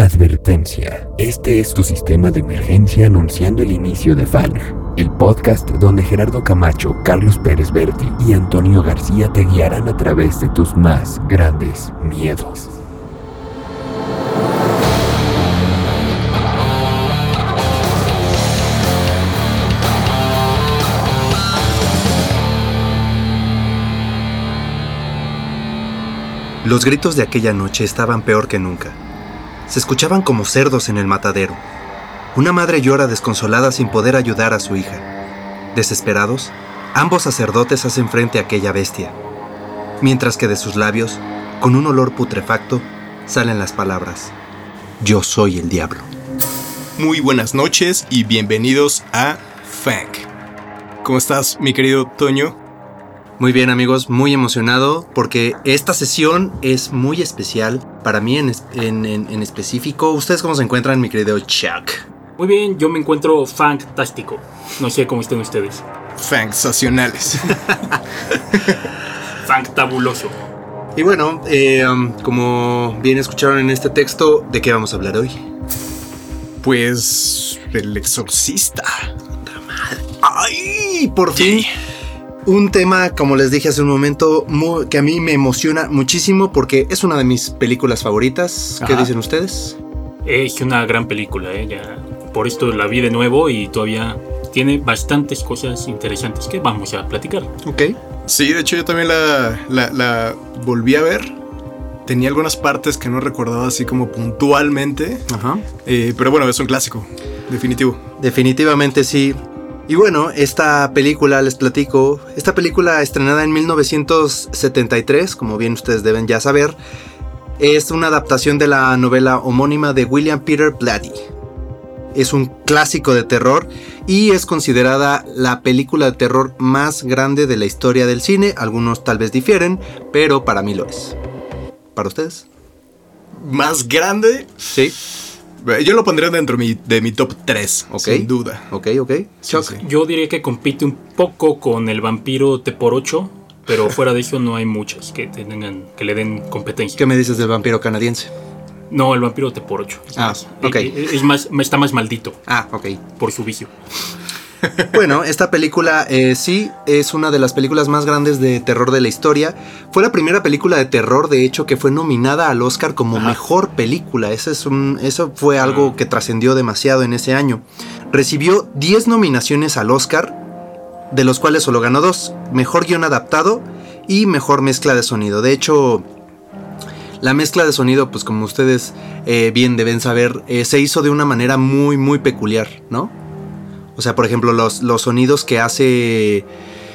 Advertencia. Este es tu sistema de emergencia anunciando el inicio de Fang, el podcast donde Gerardo Camacho, Carlos Pérez Berti y Antonio García te guiarán a través de tus más grandes miedos. Los gritos de aquella noche estaban peor que nunca. Se escuchaban como cerdos en el matadero. Una madre llora desconsolada sin poder ayudar a su hija. Desesperados, ambos sacerdotes hacen frente a aquella bestia, mientras que de sus labios, con un olor putrefacto, salen las palabras: yo soy el diablo. Muy buenas noches y bienvenidos a Fang. ¿Cómo estás, mi querido Toño? Muy bien, amigos, muy emocionado porque esta sesión es muy especial para mí en específico. ¿Ustedes cómo se encuentran, mi querido Chuck? Muy bien, yo me encuentro fantástico. No sé cómo estén ustedes. Fangsacionales. Fantabuloso. Y bueno, como bien escucharon en este texto, ¿de qué vamos a hablar hoy? Pues El Exorcista. ¡Ay! Por fin. Un tema, como les dije hace un momento, que a mí me emociona muchísimo porque es una de mis películas favoritas. ¿Qué dicen ustedes? Es una gran película, ya. Por esto la vi de nuevo y todavía tiene bastantes cosas interesantes que vamos a platicar. Ok. Sí, de hecho yo también la volví a ver. Tenía algunas partes que no recordaba así como puntualmente. Ajá. Pero bueno, es un clásico, definitivo. Definitivamente sí. Y bueno, esta película, les platico, esta película estrenada en 1973, como bien ustedes deben ya saber, es una adaptación de la novela homónima de William Peter Blatty. Es un clásico de terror y es considerada la película de terror más grande de la historia del cine. Algunos tal vez difieren, pero para mí lo es. ¿Para ustedes? ¿Más grande? Sí. Yo lo pondría dentro de mi top 3, sin duda. Ok. Chuck. Sí. Yo diría que compite un poco con el vampiro T8, pero fuera de eso no hay muchas que le den competencia. ¿Qué me dices del vampiro canadiense? No, el vampiro T8. Ok. Está más maldito. Ok. Por su vicio. Bueno, esta película sí es una de las películas más grandes de terror de la historia. Fue la primera película de terror, de hecho, que fue nominada al Oscar como mejor película. Eso fue algo que trascendió demasiado en ese año. Recibió 10 nominaciones al Oscar, de los cuales solo ganó 2. Mejor guión adaptado y mejor mezcla de sonido. De hecho, la mezcla de sonido, pues como ustedes bien deben saber, se hizo de una manera muy, muy peculiar, ¿no? O sea, por ejemplo, los sonidos que hace...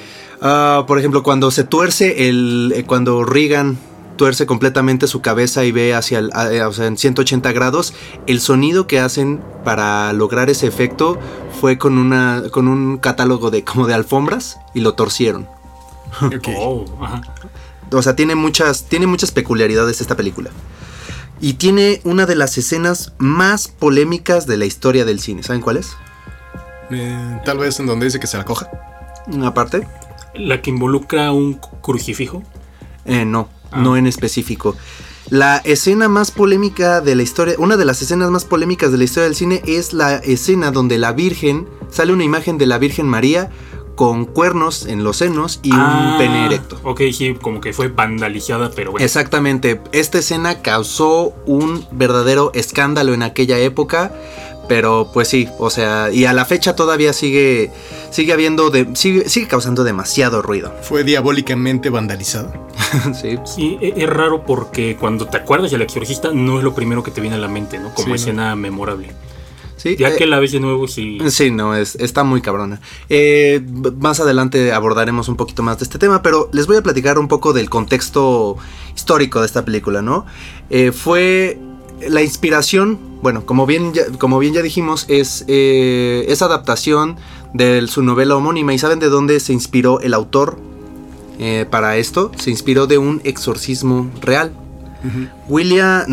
por ejemplo, cuando se tuerce cuando Regan tuerce completamente su cabeza y ve hacia en 180 grados, el sonido que hacen para lograr ese efecto fue con un catálogo de alfombras y lo torcieron. Okay. O sea, tiene muchas peculiaridades esta película. Y tiene una de las escenas más polémicas de la historia del cine. ¿Saben cuál es? Tal vez en donde dice que se la coja. Aparte. ¿La que involucra un crucifijo? No en específico. La escena más polémica de la historia, una de las escenas más polémicas de la historia del cine es la escena donde sale una imagen de la Virgen María con cuernos en los senos y un pene erecto. Ok, sí, como que fue vandalizada, pero bueno. Exactamente. Esta escena causó un verdadero escándalo en aquella época. Pero pues sí, o sea, y a la fecha todavía sigue causando demasiado ruido. Fue diabólicamente vandalizado. Sí. Sí, es raro porque cuando te acuerdas del Exorcista no es lo primero que te viene a la mente, ¿no? Como escena memorable. Sí, ya que la ves de nuevo, sí. Sí, no, está muy cabrona. Más adelante abordaremos un poquito más de este tema, pero les voy a platicar un poco del contexto histórico de esta película, ¿no? Fue la inspiración, bueno, como bien ya dijimos, es adaptación de su novela homónima. ¿Y saben de dónde se inspiró el autor para esto? Se inspiró de un exorcismo real. William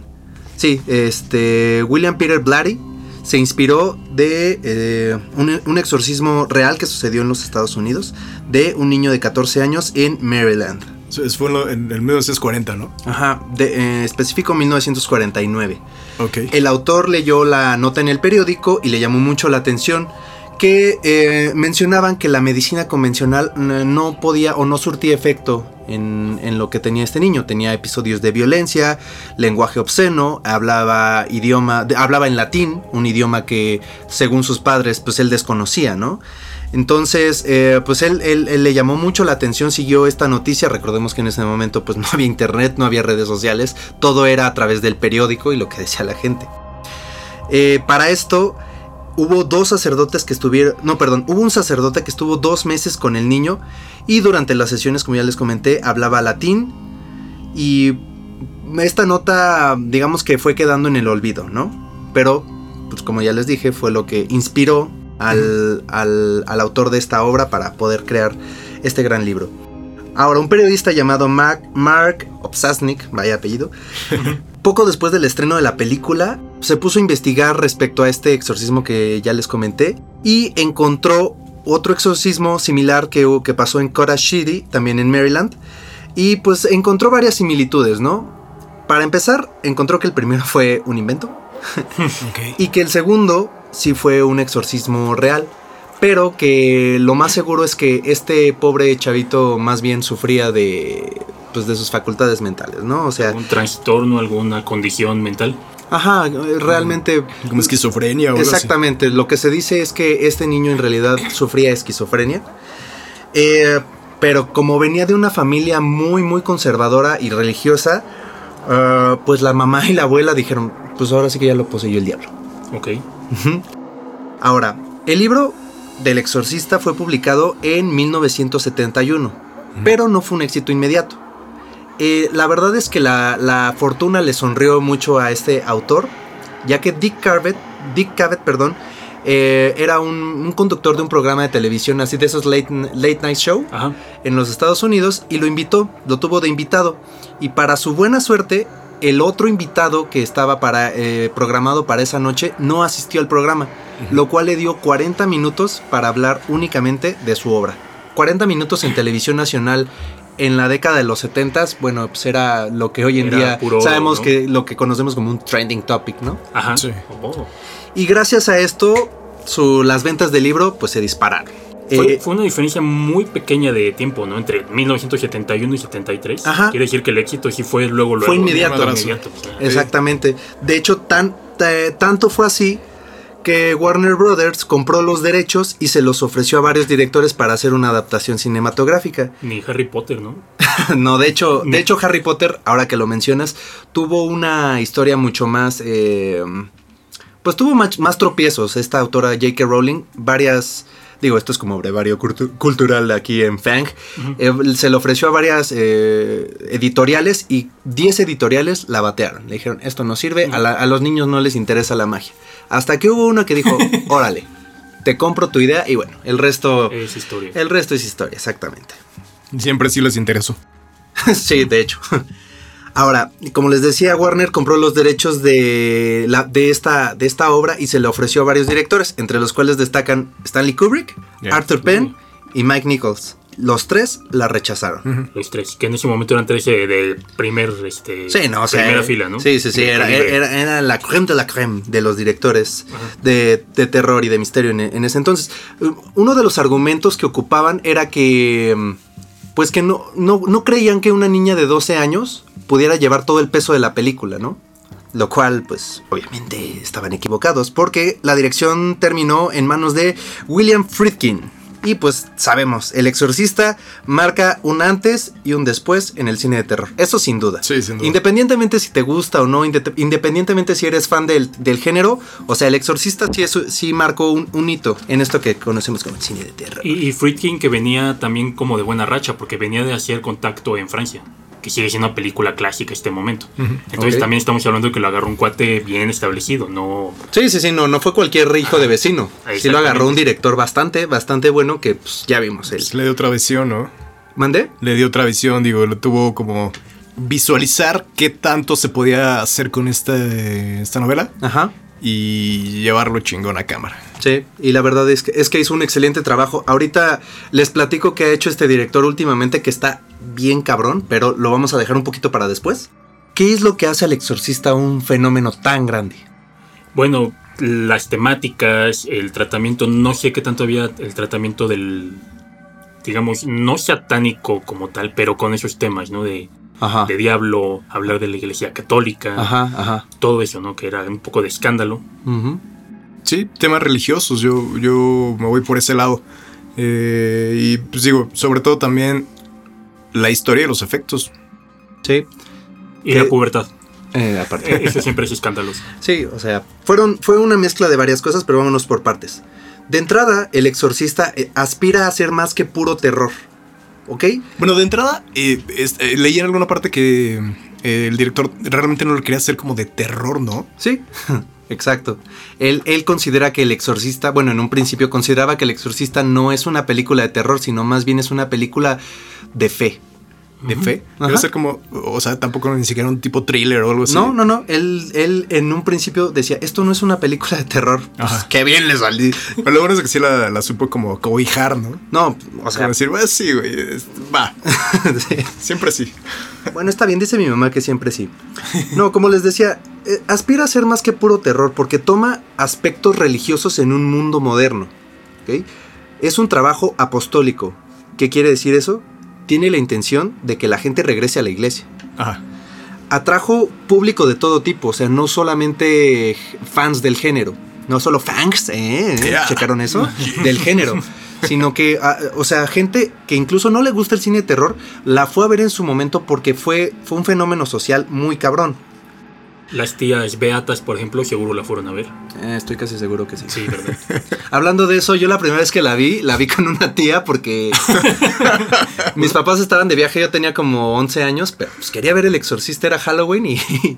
Peter Blatty se inspiró de un exorcismo real que sucedió en los Estados Unidos de un niño de 14 años en Maryland. Fue en el 1940, ¿no? Ajá, específico 1949. Ok. El autor leyó la nota en el periódico y le llamó mucho la atención que mencionaban que la medicina convencional no podía o no surtía efecto en lo que tenía este niño. Tenía episodios de violencia, lenguaje obsceno, hablaba en latín, un idioma que según sus padres pues él desconocía, ¿no? Entonces, pues él le llamó mucho la atención, siguió esta noticia. Recordemos que en ese momento pues no había internet, no había redes sociales, todo era a través del periódico y lo que decía la gente. Para esto hubo hubo un sacerdote que estuvo 2 meses con el niño y durante las sesiones, como ya les comenté, hablaba latín y esta nota, digamos que fue quedando en el olvido, ¿no? Pero, pues como ya les dije, fue lo que inspiró al autor de esta obra para poder crear este gran libro. Ahora, un periodista llamado Mark Opsasnik, vaya apellido, poco después del estreno de la película, se puso a investigar respecto a este exorcismo que ya les comenté y encontró otro exorcismo similar que pasó en Cottage City, también en Maryland, y pues encontró varias similitudes, ¿no? Para empezar, encontró que el primero fue un invento Okay. y que el segundo sí fue un exorcismo real, pero que lo más seguro es que este pobre chavito más bien sufría de sus facultades mentales, ¿no? O sea, ¿algún trastorno, alguna condición mental? Ajá, realmente... Como esquizofrenia o algo así. Exactamente, lo que se dice es que este niño en realidad sufría esquizofrenia, pero como venía de una familia muy muy conservadora y religiosa, pues la mamá y la abuela dijeron, pues ahora sí que ya lo poseyó el diablo. Ok. Ahora, el libro del exorcista fue publicado en 1971, pero no fue un éxito inmediato. La verdad es que la fortuna le sonrió mucho a este autor, ya que Dick Cavett, era un conductor de un programa de televisión así de esos late night show. Ajá. En los Estados Unidos, y lo tuvo de invitado, y para su buena suerte el otro invitado que estaba programado para esa noche no asistió al programa, lo cual le dio 40 minutos para hablar únicamente de su obra. 40 minutos en televisión nacional en la década de los 70s, bueno, pues era lo que hoy en día sabemos, ¿no? Que lo que conocemos como un trending topic, ¿no? Ajá. Sí. Oh. Y gracias a esto, las ventas del libro pues se dispararon. Fue una diferencia muy pequeña de tiempo, ¿no? Entre 1971 y 73. Ajá. Quiere decir que el éxito sí fue luego. Fue inmediato. Exactamente. De hecho, tanto fue así que Warner Brothers compró los derechos y se los ofreció a varios directores para hacer una adaptación cinematográfica. Ni Harry Potter, ¿no? No, de hecho Harry Potter, ahora que lo mencionas, tuvo una historia mucho más... pues tuvo más tropiezos. Esta autora J.K. Rowling, esto es como brevario cultural aquí en Fang. Se le ofreció a varias editoriales y 10 editoriales la batearon. Le dijeron, esto no sirve, a los niños no les interesa la magia. Hasta que hubo uno que dijo, órale, te compro tu idea, y bueno, el resto es historia. El resto es historia, exactamente. Siempre sí les interesó. Sí, de hecho. Ahora, como les decía, Warner compró los derechos de esta obra y se le ofreció a varios directores, entre los cuales destacan Stanley Kubrick, Arthur Penn y Mike Nichols. Los 3 la rechazaron. Los 3, que en ese momento eran 3 de primera fila, ¿no? Sí, era la crème de la crème de los directores de terror y de misterio en ese entonces. Uno de los argumentos que ocupaban era que pues que no creían que una niña de 12 años pudiera llevar todo el peso de la película, ¿no? Lo cual, pues, obviamente estaban equivocados, porque la dirección terminó en manos de William Friedkin. Y pues sabemos, El Exorcista marca un antes y un después en el cine de terror. Eso sin duda. Sí, sin duda. Independientemente si te gusta o no, independientemente si eres fan del género, o sea, El Exorcista sí marcó un hito en esto que conocemos como el cine de terror. Y Friedkin, que venía también como de buena racha, porque venía de hacer Contacto en Francia, que sigue siendo una película clásica este momento. Entonces también estamos hablando de que lo agarró un cuate bien establecido, no... Sí, no fue cualquier hijo de vecino. Sí lo agarró un director bastante bueno que pues ya vimos él. Pues le dio otra visión, ¿no? ¿Mandé? Le dio otra visión, lo tuvo como visualizar qué tanto se podía hacer con esta novela. Ajá. y llevarlo chingón a cámara. Sí, y la verdad es que hizo un excelente trabajo. Ahorita les platico qué ha hecho este director últimamente, que está bien cabrón, pero lo vamos a dejar un poquito para después. ¿Qué es lo que hace al Exorcista un fenómeno tan grande? Bueno, las temáticas, el tratamiento, no sé qué tanto había el tratamiento del, digamos, no satánico como tal, pero con esos temas, ¿no? De diablo, hablar de la iglesia católica, todo eso, ¿no? Que era un poco de escándalo. Sí, temas religiosos, yo me voy por ese lado. Y pues digo, sobre todo también la historia y los efectos. Sí. Y la pubertad. Aparte. Eso siempre es escandaloso. Sí, o sea, fue una mezcla de varias cosas, pero vámonos por partes. De entrada, El Exorcista aspira a ser más que puro terror. ¿Ok? Bueno, de entrada, leí en alguna parte que el director realmente no lo quería hacer como de terror, ¿no? Sí, exacto. Él considera que El Exorcista, bueno, en un principio consideraba que El Exorcista no es una película de terror, sino más bien es una película de fe. ¿De fe? Debe ser como, o sea, tampoco ni siquiera un tipo thriller o algo así. No. Él en un principio decía, esto no es una película de terror. Pues, qué bien le salí. Pero lo bueno es que sí la supo como cobijar, ¿no? No, o sea. Como decir, bueno, sí, güey, va. Sí. Siempre sí. Bueno, está bien, dice mi mamá que siempre sí. No, como les decía, aspira a ser más que puro terror porque toma aspectos religiosos en un mundo moderno. ¿Okay? Es un trabajo apostólico. ¿Qué quiere decir eso? Tiene la intención de que la gente regrese a la iglesia. Atrajo público de todo tipo, o sea, no solamente fans del género, no solo fans, ¿checaron eso? Del género, sino que, o sea, gente que incluso no le gusta el cine de terror, la fue a ver en su momento porque fue un fenómeno social muy cabrón. Las tías beatas, por ejemplo, seguro la fueron a ver. Estoy casi seguro que sí. Sí, verdad. Hablando de eso, yo la primera vez que la vi con una tía porque mis papás estaban de viaje, yo tenía como 11 años, pero pues quería ver El Exorcista, era Halloween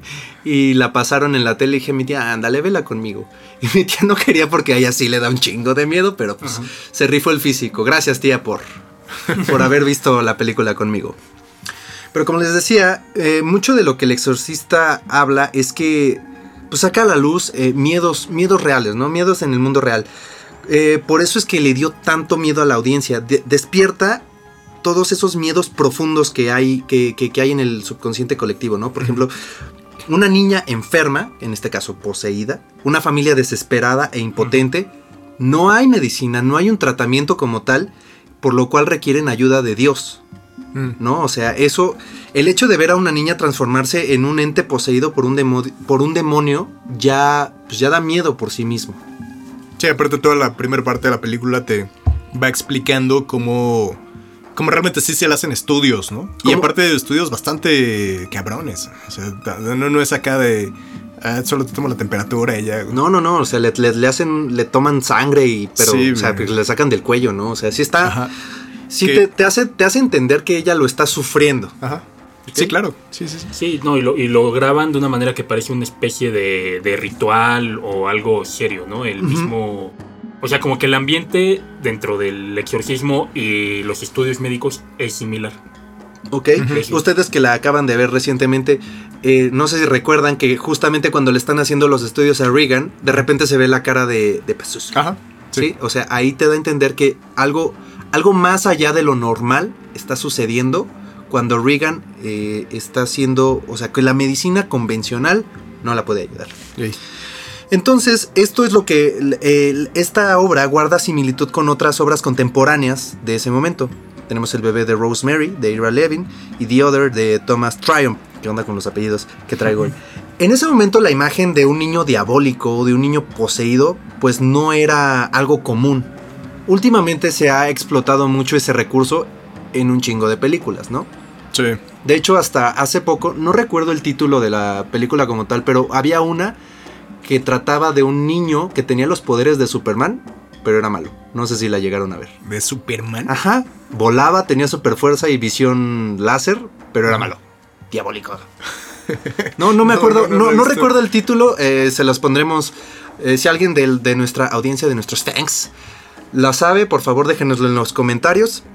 y la pasaron en la tele y dije, mi tía, ándale, vela conmigo. Y mi tía no quería porque a ella sí le da un chingo de miedo, pero pues se rifó el físico. Gracias, tía, por haber visto la película conmigo. Pero como les decía, mucho de lo que El Exorcista habla es que pues, saca a la luz miedos reales, ¿no? Miedos en el mundo real. Por eso es que le dio tanto miedo a la audiencia. Despierta todos esos miedos profundos que hay en el subconsciente colectivo, ¿no? Por ejemplo, una niña enferma, en este caso poseída, una familia desesperada e impotente, no hay medicina, no hay un tratamiento como tal, por lo cual requieren ayuda de Dios. ¿No? O sea, eso, el hecho de ver a una niña transformarse en un ente poseído por un demonio ya da miedo por sí mismo. Sí, aparte toda la primera parte de la película te va explicando cómo realmente sí se le hacen estudios, ¿no? Y aparte de estudios bastante cabrones. O sea, no es acá de solo te toman la temperatura y ya. No, o sea, le toman sangre pero sí, o sea, pues le sacan del cuello, ¿no? O sea, sí está. Sí, te hace entender que ella lo está sufriendo. ¿Okay? Sí, claro. Sí. Sí, no, y lo graban de una manera que parece una especie de ritual o algo serio, ¿no? El mismo. O sea, como que el ambiente dentro del exorcismo y los estudios médicos es similar. Ok, ustedes que la acaban de ver recientemente, no sé si recuerdan que justamente cuando le están haciendo los estudios a Regan, de repente se ve la cara de Jesús. Sí. O sea, ahí te da a entender que algo más allá de lo normal está sucediendo cuando Regan está haciendo, o sea, que la medicina convencional no la puede ayudar. Sí. Entonces, esto es lo que esta obra guarda similitud con otras obras contemporáneas de ese momento. Tenemos El bebé de Rosemary, de Ira Levin, y The Other, de Thomas Tryon. ¿Qué onda con los apellidos que traigo hoy? En ese momento la imagen de un niño diabólico o de un niño poseído, pues no era algo común. Últimamente se ha explotado mucho ese recurso en un chingo de películas, ¿no? Sí. De hecho, hasta hace poco, no recuerdo el título de la película como tal, pero había una que trataba de un niño que tenía los poderes de Superman, pero era malo. No sé si la llegaron a ver. ¿De Superman? Ajá. Volaba, tenía super fuerza y visión láser, pero era malo. Diabólico. No me acuerdo. No recuerdo el título. Se los pondremos. Si alguien de nuestra audiencia, de nuestros fans, la sabe, por favor déjenoslo en los comentarios.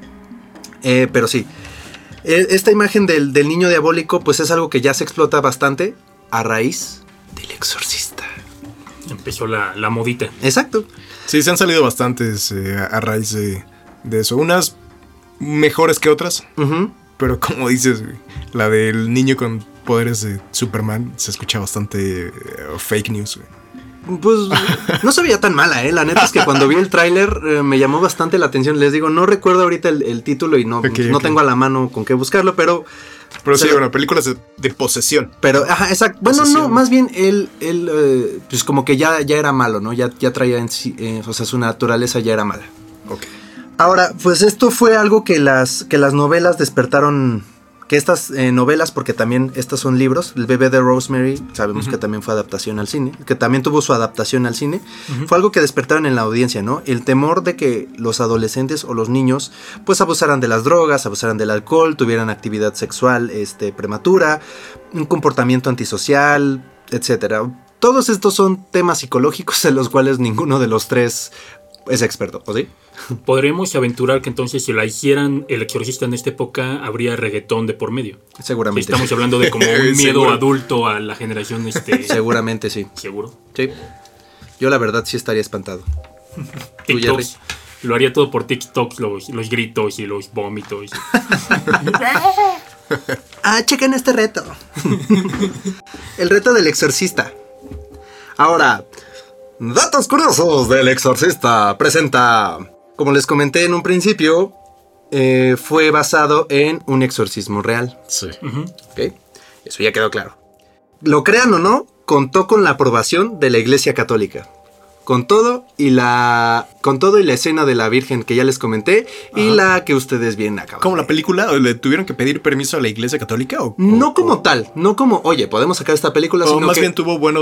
Pero sí. Esta imagen del niño diabólico, pues es algo que ya se explota bastante a raíz del Exorcista. Empezó la modita. Exacto. Sí, se han salido bastantes a raíz de eso. Unas mejores que otras. Pero como dices, la del niño con poderes de Superman se escucha bastante fake news, güey. Pues no se veía tan mala, La neta es que cuando vi el tráiler me llamó bastante la atención. Les digo, no recuerdo ahorita el título y no tengo a la mano con qué buscarlo, pero sí, bueno, películas de posesión. Pero, exacto. Bueno, no, más bien él pues como que ya era malo, ¿no? Ya traía en sí, o sea, su naturaleza ya era mala. Ok. Ahora, pues esto fue algo que las novelas despertaron. Que estas novelas, porque también estos son libros, El bebé de Rosemary, sabemos que también fue adaptación al cine, que también tuvo su adaptación al cine, fue algo que despertaron en la audiencia, ¿no? El temor de que los adolescentes o los niños, pues abusaran de las drogas, abusaran del alcohol, tuvieran actividad sexual prematura, un comportamiento antisocial, etcétera. Todos estos son temas psicológicos en los cuales ninguno de los tres es experto, ¿o sí? Podríamos aventurar que entonces si la hicieran El Exorcista en esta época habría reggaetón de por medio. Seguramente. Si estamos hablando de como un miedo adulto a la generación Seguramente sí. ¿Seguro? Sí. Yo la verdad sí estaría espantado. TikToks. Lo haría todo por TikToks, los gritos y los vómitos. Chequen este reto. El reto del exorcista. Ahora, datos curiosos del exorcista presenta. Como les comenté en un principio, fue basado en un exorcismo real. Sí. ¿Ok? Eso ya quedó claro. Lo crean o no, contó con la aprobación de la Iglesia Católica. Con todo y la escena de la Virgen que ya les comenté y la que ustedes bien acaban. ¿Como la película? ¿Le tuvieron que pedir permiso a la Iglesia Católica? No como tal, no como, oye, podemos sacar esta película, sino más que bien tuvo buena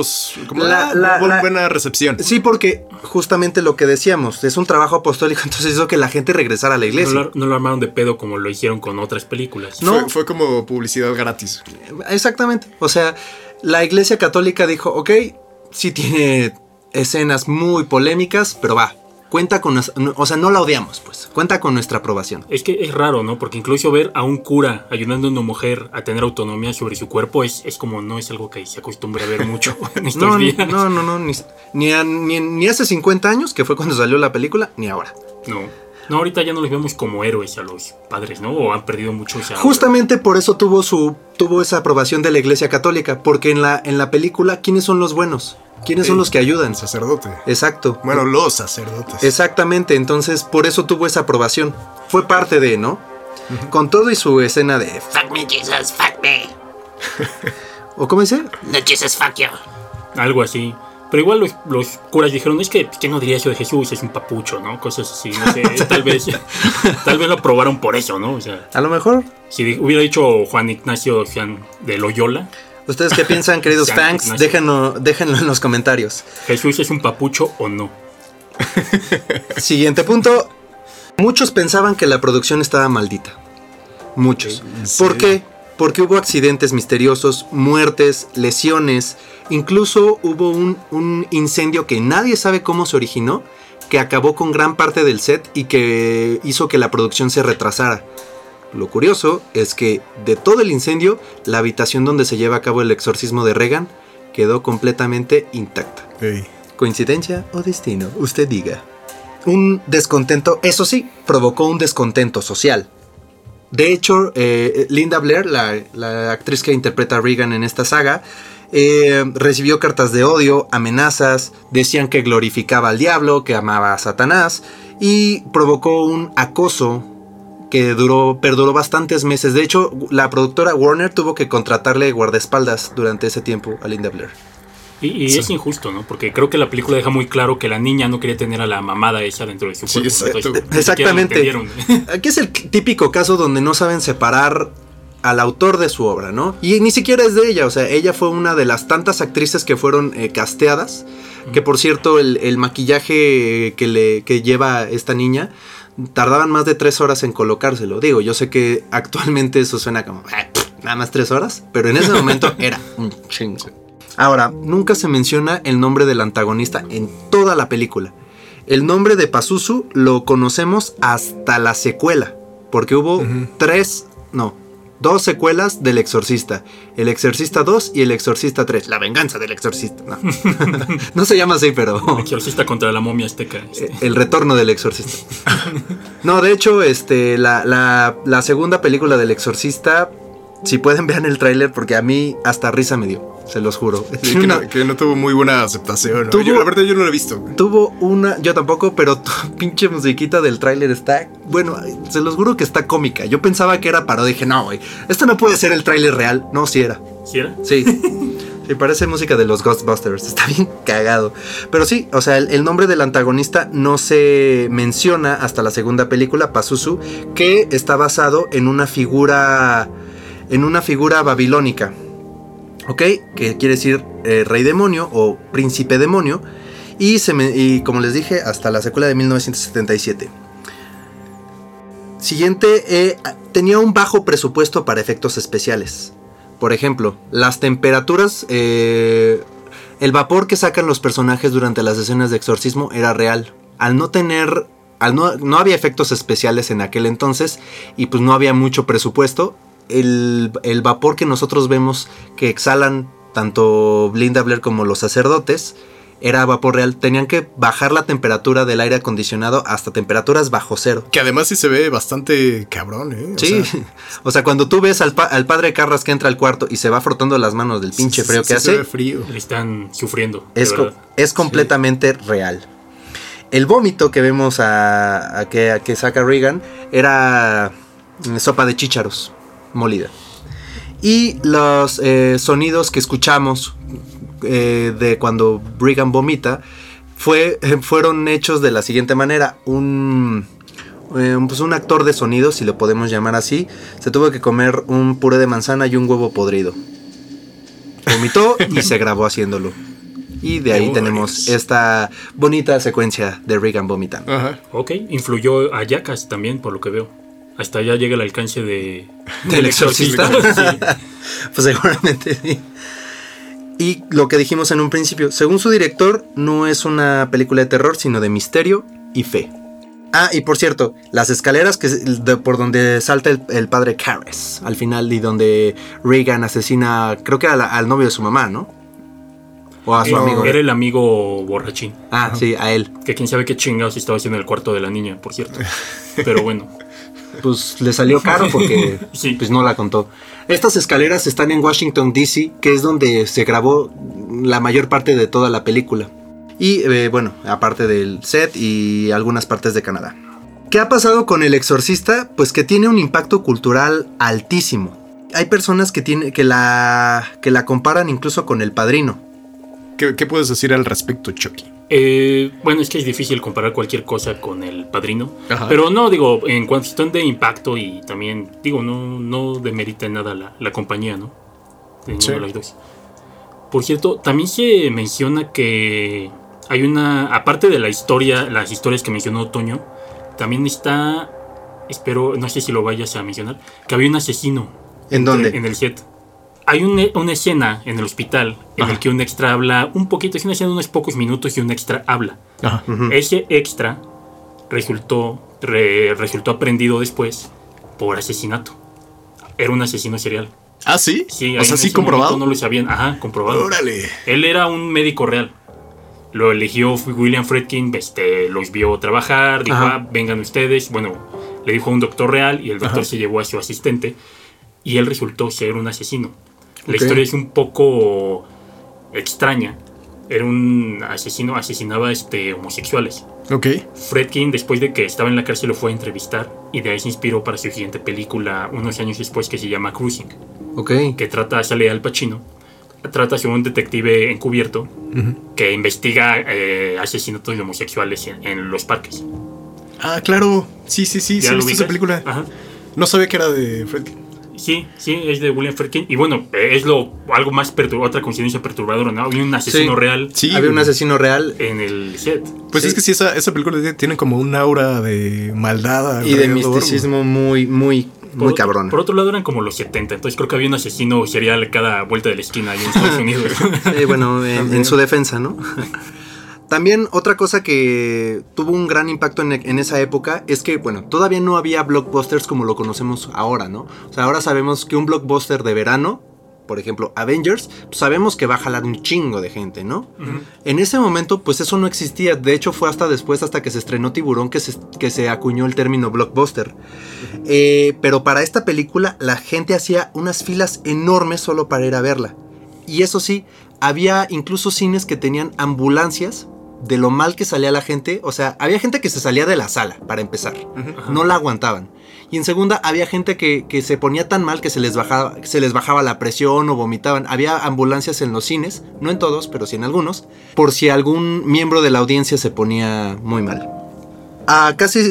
recepción. Sí, porque justamente lo que decíamos, es un trabajo apostólico, entonces hizo que la gente regresara a la iglesia. No lo armaron de pedo como lo hicieron con otras películas. No. Fue como publicidad gratis. Exactamente, o sea, la Iglesia Católica dijo, ok, sí tiene escenas muy polémicas, pero cuenta con, o sea, no la odiamos, pues, cuenta con nuestra aprobación. Es que es raro, ¿no? Porque incluso ver a un cura ayudando a una mujer a tener autonomía sobre su cuerpo es como no es algo que se acostumbra a ver mucho en estos días. No, ni hace 50 años, que fue cuando salió la película, ni ahora. No, ahorita ya no los vemos como héroes a los padres, ¿no? O han perdido mucho esa... Justamente por eso tuvo esa aprobación de la Iglesia Católica, porque en la película, ¿quiénes son los buenos? ¿Quiénes son los que ayudan? El sacerdote. Exacto. Bueno, los sacerdotes. Exactamente, entonces por eso tuvo esa aprobación. Fue parte de, ¿no? Con todo y su escena de Fuck me, Jesus, fuck me. ¿O cómo dice? No, Jesus, fuck you. Algo así. Pero igual los curas dijeron, es que ¿quién no diría eso de Jesús? Es un papucho, ¿no? Cosas así, no sé, tal vez lo aprobaron por eso, ¿no? O sea, a lo mejor. Si hubiera dicho Juan Ignacio de Loyola. ¿Ustedes qué piensan, queridos fans? Déjenlo en los comentarios. ¿Jesús es un papucho o no? Siguiente punto. Muchos pensaban que la producción estaba maldita. Muchos. ¿Por qué? Porque hubo accidentes misteriosos, muertes, lesiones. Incluso hubo un incendio que nadie sabe cómo se originó, que acabó con gran parte del set y que hizo que la producción se retrasara. Lo curioso es que de todo el incendio, la habitación donde se lleva a cabo el exorcismo de Regan quedó completamente intacta. ¿Coincidencia o destino? Usted diga. Un descontento, eso sí, provocó un descontento social. De hecho, Linda Blair, la actriz que interpreta a Regan en esta saga, recibió cartas de odio, amenazas, decían que glorificaba al diablo, que amaba a Satanás, y provocó un acoso que perduró bastantes meses. De hecho, la productora Warner tuvo que contratarle guardaespaldas durante ese tiempo a Linda Blair. Y sí. Es injusto, ¿no? Porque creo que la película deja muy claro que la niña no quería tener a la mamada esa dentro de su cuerpo. Sí, entonces, exactamente. Aquí es el típico caso donde no saben separar al autor de su obra, ¿no? Y ni siquiera es de ella, o sea, ella fue una de las tantas actrices que fueron casteadas, que por cierto el maquillaje que lleva esta niña tardaban más de 3 horas en colocárselo. Digo, yo sé que actualmente eso suena como nada más 3 horas, pero en ese momento era un chingo. Ahora, nunca se menciona el nombre del antagonista en toda la película. El nombre de Pazuzu lo conocemos hasta la secuela, porque hubo 2 secuelas del Exorcista. El Exorcista 2 y el Exorcista 3. La venganza del Exorcista. No, no se llama así, pero... El Exorcista contra la momia azteca. El retorno del Exorcista. No, de hecho, la segunda película del Exorcista... Si pueden, vean el tráiler porque a mí hasta risa me dio, se los juro. Sí, que no tuvo muy buena aceptación, ¿no? La verdad yo no lo he visto. Tuvo una, yo tampoco, pero pinche musiquita del tráiler está, bueno, se los juro que está cómica. Yo pensaba que era parodia, dije, no, güey, esto no puede ser el tráiler real. No, sí era. ¿Sí era? Sí. Sí, parece música de los Ghostbusters, está bien cagado. Pero sí, o sea, el nombre del antagonista no se menciona hasta la segunda película, Pazuzu, que está basado en una figura babilónica, ¿ok? Que quiere decir rey demonio o príncipe demonio. Y como les dije, hasta la secuela de 1977. Siguiente, tenía un bajo presupuesto para efectos especiales. Por ejemplo, las temperaturas, el vapor que sacan los personajes durante las escenas de exorcismo era real. No había efectos especiales en aquel entonces y pues no había mucho presupuesto. El vapor que nosotros vemos que exhalan tanto Linda Blair como los sacerdotes era vapor real. Tenían que bajar la temperatura del aire acondicionado hasta temperaturas bajo cero. Que además sí se ve bastante cabrón, ¿eh? Sí, o sea, cuando tú ves al padre Carras que entra al cuarto y se va frotando las manos del pinche frío que hace, se ve frío. Le están sufriendo. Es completamente real. El vómito que vemos que saca Regan era sopa de chícharos molida. Y los sonidos que escuchamos de cuando Regan vomita fueron hechos de la siguiente manera. Un actor de sonido, si lo podemos llamar así, se tuvo que comer un puré de manzana y un huevo podrido. Vomitó y se grabó haciéndolo. Y de ahí tenemos esta bonita secuencia de Regan vomitando. Ajá. Ok, influyó a Jackass también, por lo que veo. Hasta allá llega el alcance ¿Del exorcista? Sí. Pues seguramente sí. Y lo que dijimos en un principio, según su director, no es una película de terror, sino de misterio y fe. Ah, y por cierto, las escaleras por donde salta el padre Karras al final y donde Regan asesina, creo que al novio de su mamá, ¿no? O a su amigo. Era el amigo borrachín. Ah, sí, a él. Que quién sabe qué chingados estaba haciendo en el cuarto de la niña, por cierto. Pero bueno. Pues le salió caro porque sí. Pues no la contó. Estas escaleras están en Washington, D.C., que es donde se grabó la mayor parte de toda la película. Y bueno, aparte del set y algunas partes de Canadá. ¿Qué ha pasado con El Exorcista? Pues que tiene un impacto cultural altísimo. Hay personas que la comparan incluso con El Padrino. ¿Qué puedes decir al respecto, Chucky? Bueno, es que es difícil comparar cualquier cosa con El Padrino. Ajá. Pero no, digo, en cuestión de impacto y también, digo, no demerita en nada la compañía, ¿no? De ninguno de los dos. Por cierto, también se menciona que hay aparte de las historias que mencionó Toño, también está, no sé si lo vayas a mencionar, que había un asesino. ¿En dónde? En el set. Hay una escena en el hospital en el que un extra habla un poquito, es una escena de unos pocos minutos y un extra habla. Ajá. Uh-huh. Ese extra resultó aprendido después por asesinato. Era un asesino serial. ¿Ah, sí? Sí, o sea, sí comprobado. No lo sabían, comprobado. Órale. Él era un médico real. Lo eligió William Friedkin, los vio trabajar, dijo, vengan ustedes. Bueno, le dijo a un doctor real y el doctor se llevó a su asistente y él resultó ser un asesino. La historia es un poco extraña. Era un asesino, asesinaba homosexuales. Ok. Friedkin, después de que estaba en la cárcel, lo fue a entrevistar y de ahí se inspiró para su siguiente película unos años después, que se llama Cruising. Ok. Que sale Al Pacino. Trata sobre un detective encubierto que investiga asesinatos de homosexuales en los parques. Ah, claro. Sí, he visto esa película. Ajá. No sabía que era de Friedkin. Sí, es de William Friedkin. Y bueno, es algo más otra coincidencia perturbadora, ¿no? Había un asesino real. Sí, había un asesino real en el set. Pues es que sí, esa película tiene como un aura de maldad y de misticismo muy cabrón. Por otro lado, eran como los 70, entonces creo que había un asesino serial a cada vuelta de la esquina ahí en Estados Unidos. Bueno, en su defensa, ¿no? También otra cosa que tuvo un gran impacto en esa época es que, bueno, todavía no había blockbusters como lo conocemos ahora, ¿no? O sea, ahora sabemos que un blockbuster de verano, por ejemplo, Avengers, pues sabemos que va a jalar un chingo de gente, ¿no? Uh-huh. En ese momento, pues eso no existía. De hecho, fue hasta después, hasta que se estrenó Tiburón, que se acuñó el término blockbuster. Pero para esta película, la gente hacía unas filas enormes solo para ir a verla. Y eso sí, había incluso cines que tenían ambulancias de lo mal que salía la gente. O sea, había gente que se salía de la sala, para empezar. Uh-huh. No la aguantaban. Y en segunda, había gente que se ponía tan mal que se les bajaba la presión o vomitaban. Había ambulancias en los cines, no en todos, pero sí en algunos, por si algún miembro de la audiencia se ponía muy mal. A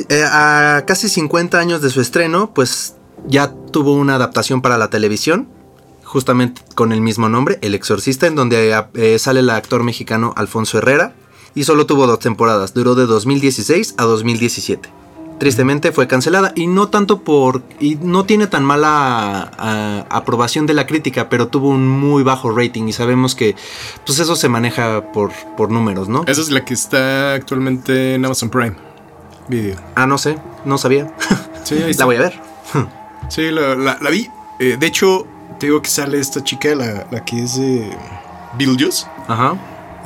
casi 50 años de su estreno, pues ya tuvo una adaptación para la televisión, justamente con el mismo nombre, El Exorcista, en donde sale el actor mexicano Alfonso Herrera, y solo tuvo 2 temporadas, duró de 2016 a 2017. Tristemente fue cancelada, y no tanto y no tiene tan mala aprobación de la crítica, pero tuvo un muy bajo rating, y sabemos que pues eso se maneja por números, ¿no? Esa es la que está actualmente en Amazon Prime Video. Ah, no sé, no sabía. Sí, ahí está. La voy a ver. Sí, la vi. De hecho, te digo que sale esta chica, la que es de Beetlejuice. Ajá.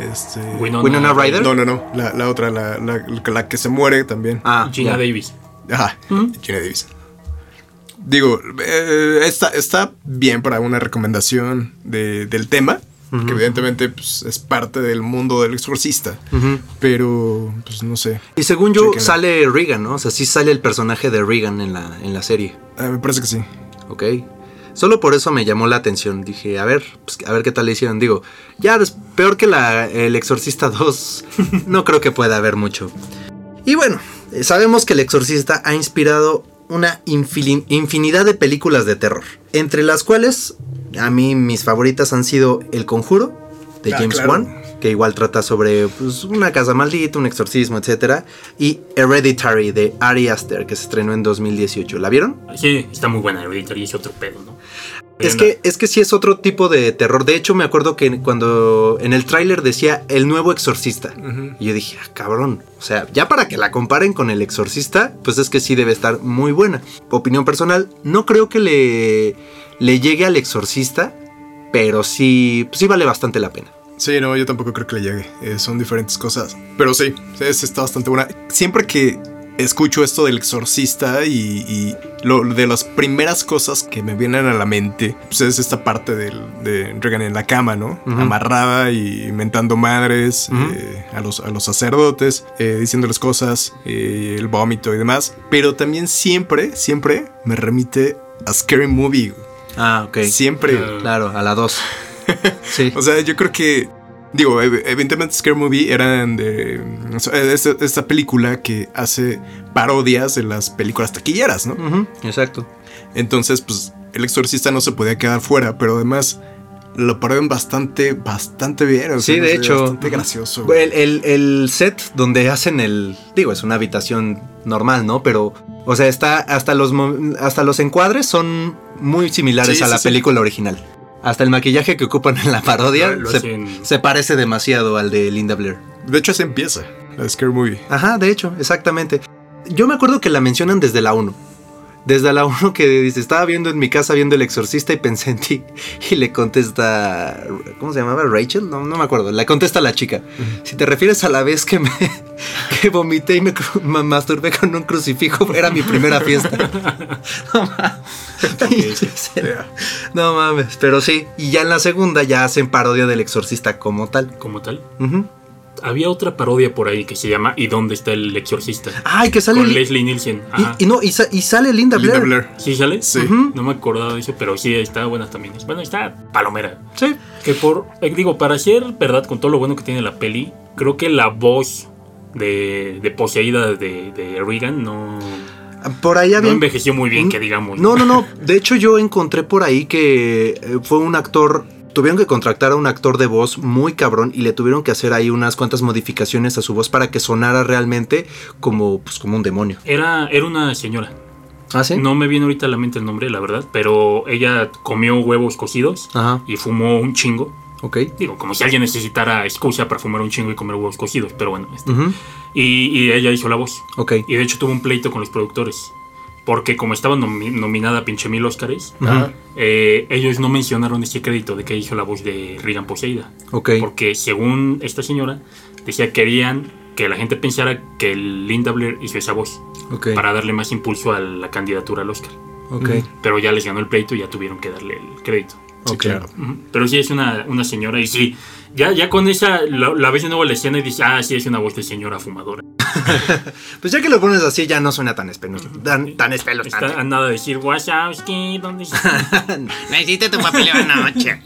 Winona Ryder. No. La otra, la que se muere también. Gina Davis. Ajá, Gina Davis. Digo, está bien para una recomendación del tema, uh-huh, que evidentemente pues, es parte del mundo del exorcista, uh-huh, pero pues no sé. Y según yo sale Regan, ¿no? O sea, sí sale el personaje de Regan en la serie. Me parece que sí. Ok. Solo por eso me llamó la atención. Dije, a ver qué tal le hicieron. Digo, ya peor que El Exorcista 2, no creo que pueda haber mucho. Y bueno, sabemos que El Exorcista ha inspirado una infinidad de películas de terror, entre las cuales a mí mis favoritas han sido El Conjuro, de James Wan, que igual trata sobre pues, una casa maldita, un exorcismo, etc. Y Hereditary, de Ari Aster, que se estrenó en 2018. ¿La vieron? Sí, está muy buena Hereditary, es otro pedo, ¿no? Es que sí es otro tipo de terror. De hecho, me acuerdo que cuando en el tráiler decía El Nuevo Exorcista, uh-huh, y yo dije, cabrón, o sea, ya para que la comparen con El Exorcista, pues es que sí debe estar muy buena. Opinión personal, no creo que le llegue al Exorcista, pero sí vale bastante la pena. Sí, no, yo tampoco creo que le llegue. Son diferentes cosas. Pero sí, está bastante buena. Siempre que escucho esto del exorcista y de las primeras cosas que me vienen a la mente, pues es esta parte de Regan en la cama, ¿no? Uh-huh. Amarrada y mentando madres, uh-huh, a los sacerdotes, diciéndoles cosas, el vómito y demás. Pero también siempre me remite a Scary Movie. Ah, ok. Siempre. Claro, a la 2. Sí. O sea, yo creo que, digo, evidentemente Scary Movie eran de esta película que hace parodias de las películas taquilleras, ¿no? Uh-huh, exacto. Entonces, pues, El Exorcista no se podía quedar fuera, pero además lo parodian bastante bien. O sea, sí, de hecho. Bastante gracioso. El set donde hacen es una habitación normal, ¿no? Pero, o sea, hasta los encuadres son muy similares a la película original. Hasta el maquillaje que ocupan en la parodia se parece demasiado al de Linda Blair. De hecho, así empieza la Scary Movie. Ajá, de hecho, exactamente. Yo me acuerdo que la mencionan desde la 1. Desde la 1 que dice, estaba viendo en mi casa viendo El Exorcista y pensé en ti. Y le contesta, ¿cómo se llamaba? ¿Rachel? No me acuerdo. Le contesta a la chica. Uh-huh. Si te refieres a la vez que vomité y me masturbé con un crucifijo, era mi primera fiesta. No mames, pero sí. Y ya en la segunda ya hacen parodia del Exorcista como tal. ¿Como tal? Uh-huh. Había otra parodia por ahí que se llama ¿Y dónde está el exorcista? Ay, que sale con Leslie Nielsen. Y sale Linda Blair. ¿Sí sale? Sí. Uh-huh. No me acordaba de eso, pero sí, está buena también. Bueno, está palomera. Sí. Que para ser verdad, con todo lo bueno que tiene la peli, creo que la voz de poseída de Regan no envejeció muy bien, que digamos. No. De hecho, yo encontré por ahí que fue un actor. Tuvieron que contratar a un actor de voz muy cabrón y le tuvieron que hacer ahí unas cuantas modificaciones a su voz para que sonara realmente como un demonio. Era una señora. ¿Ah, sí? No me viene ahorita a la mente el nombre, la verdad, pero ella comió huevos cocidos. Ajá. Y fumó un chingo. Ok. Digo, como si alguien necesitara excusa para fumar un chingo y comer huevos cocidos, pero bueno. Y ella hizo la voz. Ok. Y de hecho tuvo un pleito con los productores. Porque como estaba nominada a pinche mil Óscares, ellos no mencionaron ese crédito de que hizo la voz de Regan poseída. Ok. Porque según esta señora, decía que querían que la gente pensara que Linda Blair hizo esa voz. Ok. Para darle más impulso a la candidatura al Oscar. Ok. Pero ya les ganó el pleito y ya tuvieron que darle el crédito. Sí, claro. Pero sí es una señora y sí, ya con esa la ves de nuevo la escena y dices, sí es una voz de señora fumadora. Pues ya que lo pones así ya no suena tan espeluznante. Tan espeluznante. Está a nada de decir, Wazowski, ¿dónde está? Necesito tu papel de noche.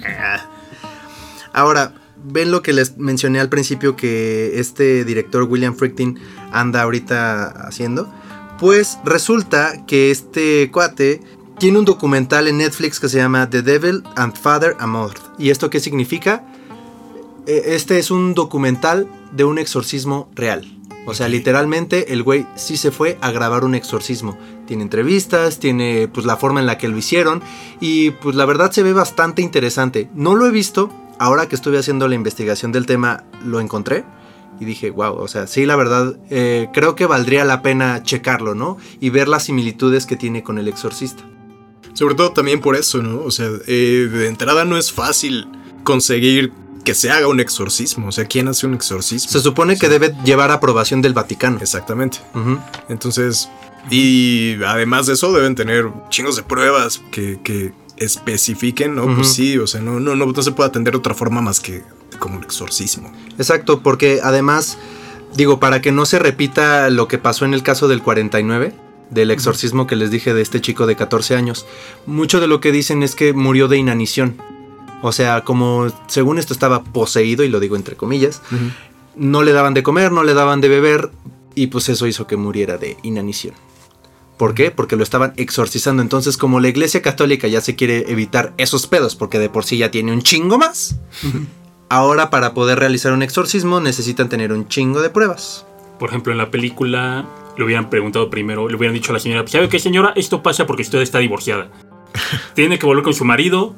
Ahora, ven lo que les mencioné al principio que este director William Friedkin anda ahorita haciendo. Pues resulta que este cuate tiene un documental en Netflix que se llama The Devil and Father Amorth. ¿Y esto qué significa? Este es un documental de un exorcismo real. O sea, literalmente el güey sí se fue a grabar un exorcismo. Tiene entrevistas, tiene pues la forma en la que lo hicieron. Y pues la verdad se ve bastante interesante. No lo he visto. Ahora que estuve haciendo la investigación del tema lo encontré. Y dije, wow, o sea, sí, la verdad, creo que valdría la pena checarlo, ¿no? Y ver las similitudes que tiene con El Exorcista. Sobre todo también por eso, ¿no? O sea, de entrada no es fácil conseguir que se haga un exorcismo. O sea, ¿quién hace un exorcismo? Se supone que debe llevar aprobación del Vaticano. Exactamente. Entonces, y además de eso deben tener chingos de pruebas que especifiquen, ¿no? Pues sí, o sea, no se puede atender de otra forma más que como un exorcismo. Exacto, porque además, digo, para que no se repita lo que pasó en el caso del 49, del exorcismo que les dije de este chico de 14 años, mucho de lo que dicen es que murió de inanición. O sea, como según esto estaba poseído, y lo digo entre comillas, no le daban de comer, no le daban de beber, y pues eso hizo que muriera de inanición. ¿Por qué? Porque lo estaban exorcizando. Entonces, como la Iglesia Católica ya se quiere evitar esos pedos, porque de por sí ya tiene un chingo más, ahora para poder realizar un exorcismo necesitan tener un chingo de pruebas. Por ejemplo, en la película le hubieran preguntado primero, le hubieran dicho a la señora, ¿sabe qué, señora? Esto pasa porque usted está divorciada. Tiene que volver con su marido,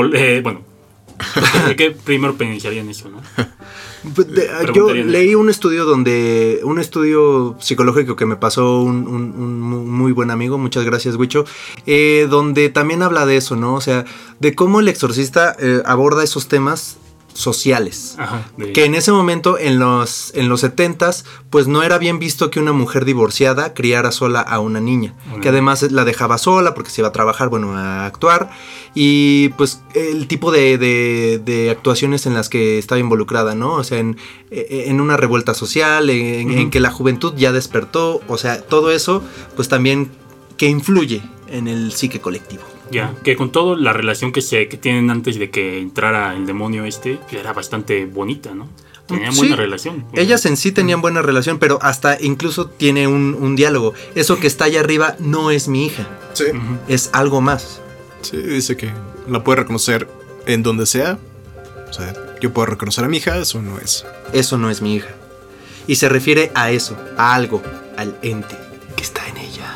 ¿qué primero pensarían eso, no? Yo leí un estudio psicológico que me pasó un muy buen amigo, muchas gracias, Huicho, donde también habla de eso, ¿no? O sea, de cómo El Exorcista aborda esos temas sociales. Que en ese momento, en los 70s, pues no era bien visto que una mujer divorciada criara sola a una niña. Que además la dejaba sola porque se iba a trabajar, a actuar. Y pues el tipo de actuaciones en las que estaba involucrada, ¿no? O sea, en una revuelta social, en que la juventud ya despertó. O sea, todo eso, pues también que influye en el psique colectivo. Ya, que con todo la relación que tienen antes de que entrara el demonio era bastante bonita, ¿no? Tenían buena relación. Ellas en sí tenían buena relación, pero hasta incluso tiene un diálogo. Eso que está allá arriba no es mi hija. Sí. Es algo más. Sí, dice que la puede reconocer en donde sea. O sea, yo puedo reconocer a mi hija, eso no es. Eso no es mi hija. Y se refiere a eso, a algo, al ente que está en ella.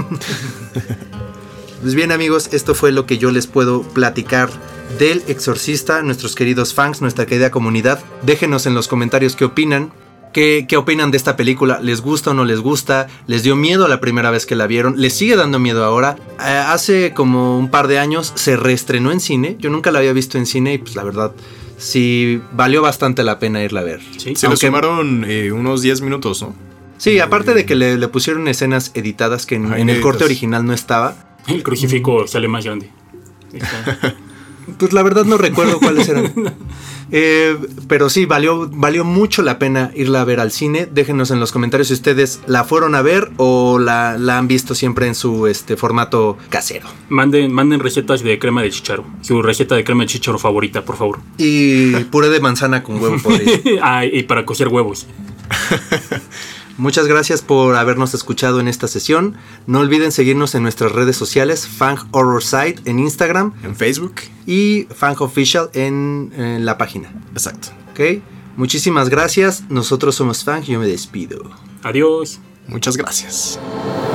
Pues bien, amigos, esto fue lo que yo les puedo platicar del Exorcista. Nuestros queridos fans, nuestra querida comunidad, déjenos en los comentarios qué opinan. ¿Qué opinan de esta película? ¿Les gusta o no les gusta? ¿Les dio miedo la primera vez que la vieron? ¿Les sigue dando miedo ahora? Hace como un par de años se reestrenó en cine. Yo nunca la había visto en cine y pues la verdad sí valió bastante la pena irla a ver. Sí, se le sumaron unos 10 minutos, ¿no? Sí, aparte de que le pusieron escenas editadas que en el corte original no estaba. El crucifijo sale más grande. Pues la verdad no recuerdo cuáles eran. Pero sí, valió mucho la pena irla a ver al cine. Déjenos en los comentarios si ustedes la fueron a ver o la han visto siempre en su formato casero. Manden recetas de crema de chícharo. Su receta de crema de chícharo favorita, por favor. Y puré de manzana con huevo podrido. Y para cocer huevos. Muchas gracias por habernos escuchado en esta sesión. No olviden seguirnos en nuestras redes sociales, Fang Horror Site en Instagram, en Facebook y Fang Official en la página. Exacto. ¿Ok? Muchísimas gracias. Nosotros somos Fang y yo me despido. Adiós. Muchas gracias.